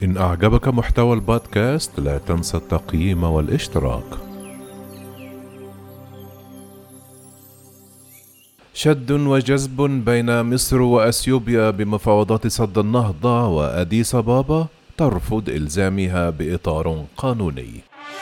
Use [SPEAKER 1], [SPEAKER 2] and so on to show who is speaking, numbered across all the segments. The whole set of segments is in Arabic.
[SPEAKER 1] إن أعجبك محتوى البودكاست لا تنسى التقييم والاشتراك. شد وجذب بين مصر وأثيوبيا بمفاوضات سد النهضة، وأديس أبابا ترفض إلزامها بإطار قانوني.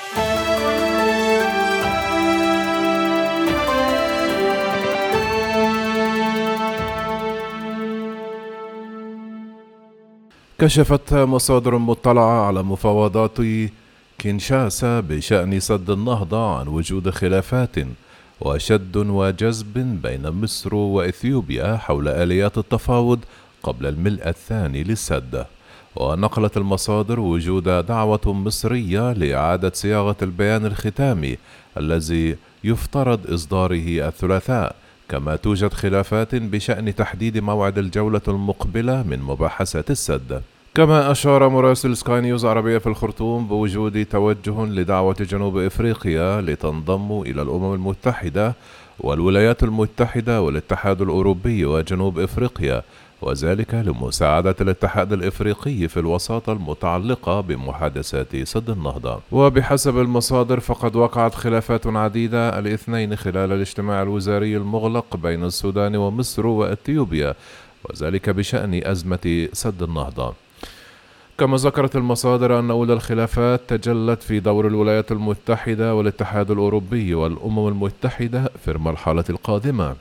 [SPEAKER 1] كشفت مصادر مطلعة على مفاوضات كينشاسا بشأن سد النهضة عن وجود خلافات وشد وجذب بين مصر وإثيوبيا حول آليات التفاوض قبل الملء الثاني للسد. ونقلت المصادر وجود دعوة مصرية لإعادة صياغة البيان الختامي الذي يفترض إصداره الثلاثاء، كما توجد خلافات بشأن تحديد موعد الجولة المقبلة من مباحثات السد. كما أشار مراسل سكاي نيوز عربية في الخرطوم بوجود توجه لدعوة جنوب إفريقيا لتنضم إلى الأمم المتحدة والولايات المتحدة والاتحاد الأوروبي وجنوب إفريقيا، وذلك لمساعدة الاتحاد الإفريقي في الوساطة المتعلقة بمحادثات سد النهضة. وبحسب المصادر فقد وقعت خلافات عديدة الاثنين خلال الاجتماع الوزاري المغلق بين السودان ومصر وإثيوبيا، وذلك بشأن أزمة سد النهضة. كما ذكرت المصادر أن أولى الخلافات تجلت في دور الولايات المتحدة والاتحاد الأوروبي والأمم المتحدة في المرحلة القادمة،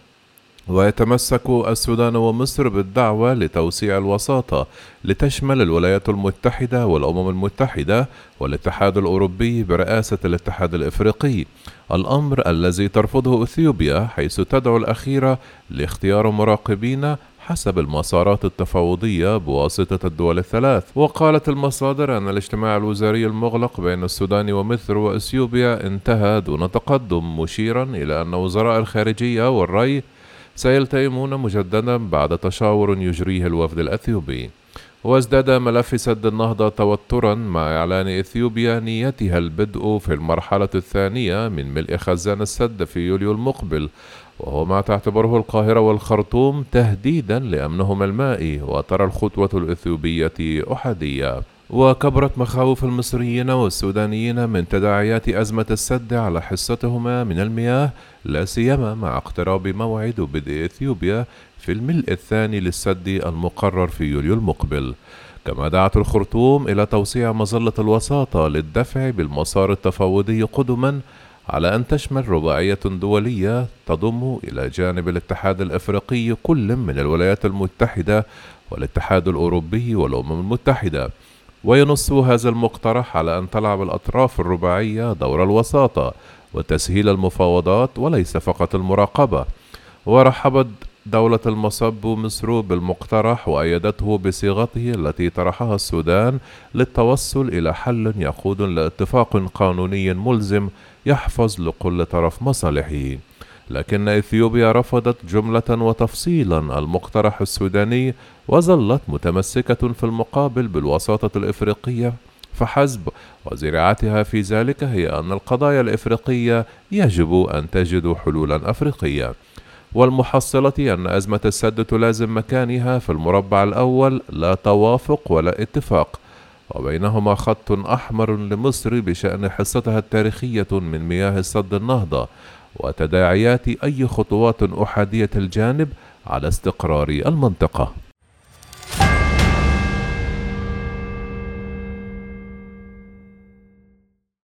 [SPEAKER 1] ويتمسك السودان ومصر بالدعوة لتوسيع الوساطة لتشمل الولايات المتحدة والأمم المتحدة والاتحاد الأوروبي برئاسة الاتحاد الإفريقي، الأمر الذي ترفضه إثيوبيا، حيث تدعو الأخيرة لاختيار مراقبين حسب المسارات التفاوضية بواسطة الدول الثلاث. وقالت المصادر أن الاجتماع الوزاري المغلق بين السودان ومصر وإثيوبيا انتهى دون تقدم، مشيرا إلى أن وزراء الخارجية والري سيلتئمون مجددا بعد تشاور يجريه الوفد الأثيوبي. وازداد ملف سد النهضة توترا مع إعلان إثيوبيا نيتها البدء في المرحلة الثانية من ملء خزان السد في يوليو المقبل، وهو ما تعتبره القاهرة والخرطوم تهديدا لأمنهما المائي، وترى الخطوة الإثيوبية أحادية. وكبرت مخاوف المصريين والسودانيين من تداعيات أزمة السد على حصتهما من المياه، لا سيما مع اقتراب موعد بدء إثيوبيا في الملء الثاني للسد المقرر في يوليو المقبل. كما دعت الخرطوم إلى توسيع مظلة الوساطة للدفع بالمسار التفاوضي قدما، على أن تشمل رباعية دولية تضم إلى جانب الاتحاد الأفريقي كل من الولايات المتحدة والاتحاد الأوروبي والأمم المتحدة. وينص هذا المقترح على أن تلعب الأطراف الرباعية دور الوساطة وتسهيل المفاوضات وليس فقط المراقبة. ورحبت دولة المصب مصر بالمقترح وأيدته بصيغته التي طرحها السودان للتوصل إلى حل يقود لاتفاق قانوني ملزم يحفظ لكل طرف مصالحه. لكن إثيوبيا رفضت جملة وتفصيلا المقترح السوداني، وظلت متمسكة في المقابل بالوساطة الإفريقية فحسب، وزراعتها في ذلك هي أن القضايا الإفريقية يجب أن تجد حلولا أفريقية. والمحصلة أن أزمة السد تلازم مكانها في المربع الأول، لا توافق ولا اتفاق، وبينهما خط أحمر لمصر بشأن حصتها التاريخية من مياه السد النهضة وتداعيات أي خطوات أحادية الجانب على استقرار المنطقة.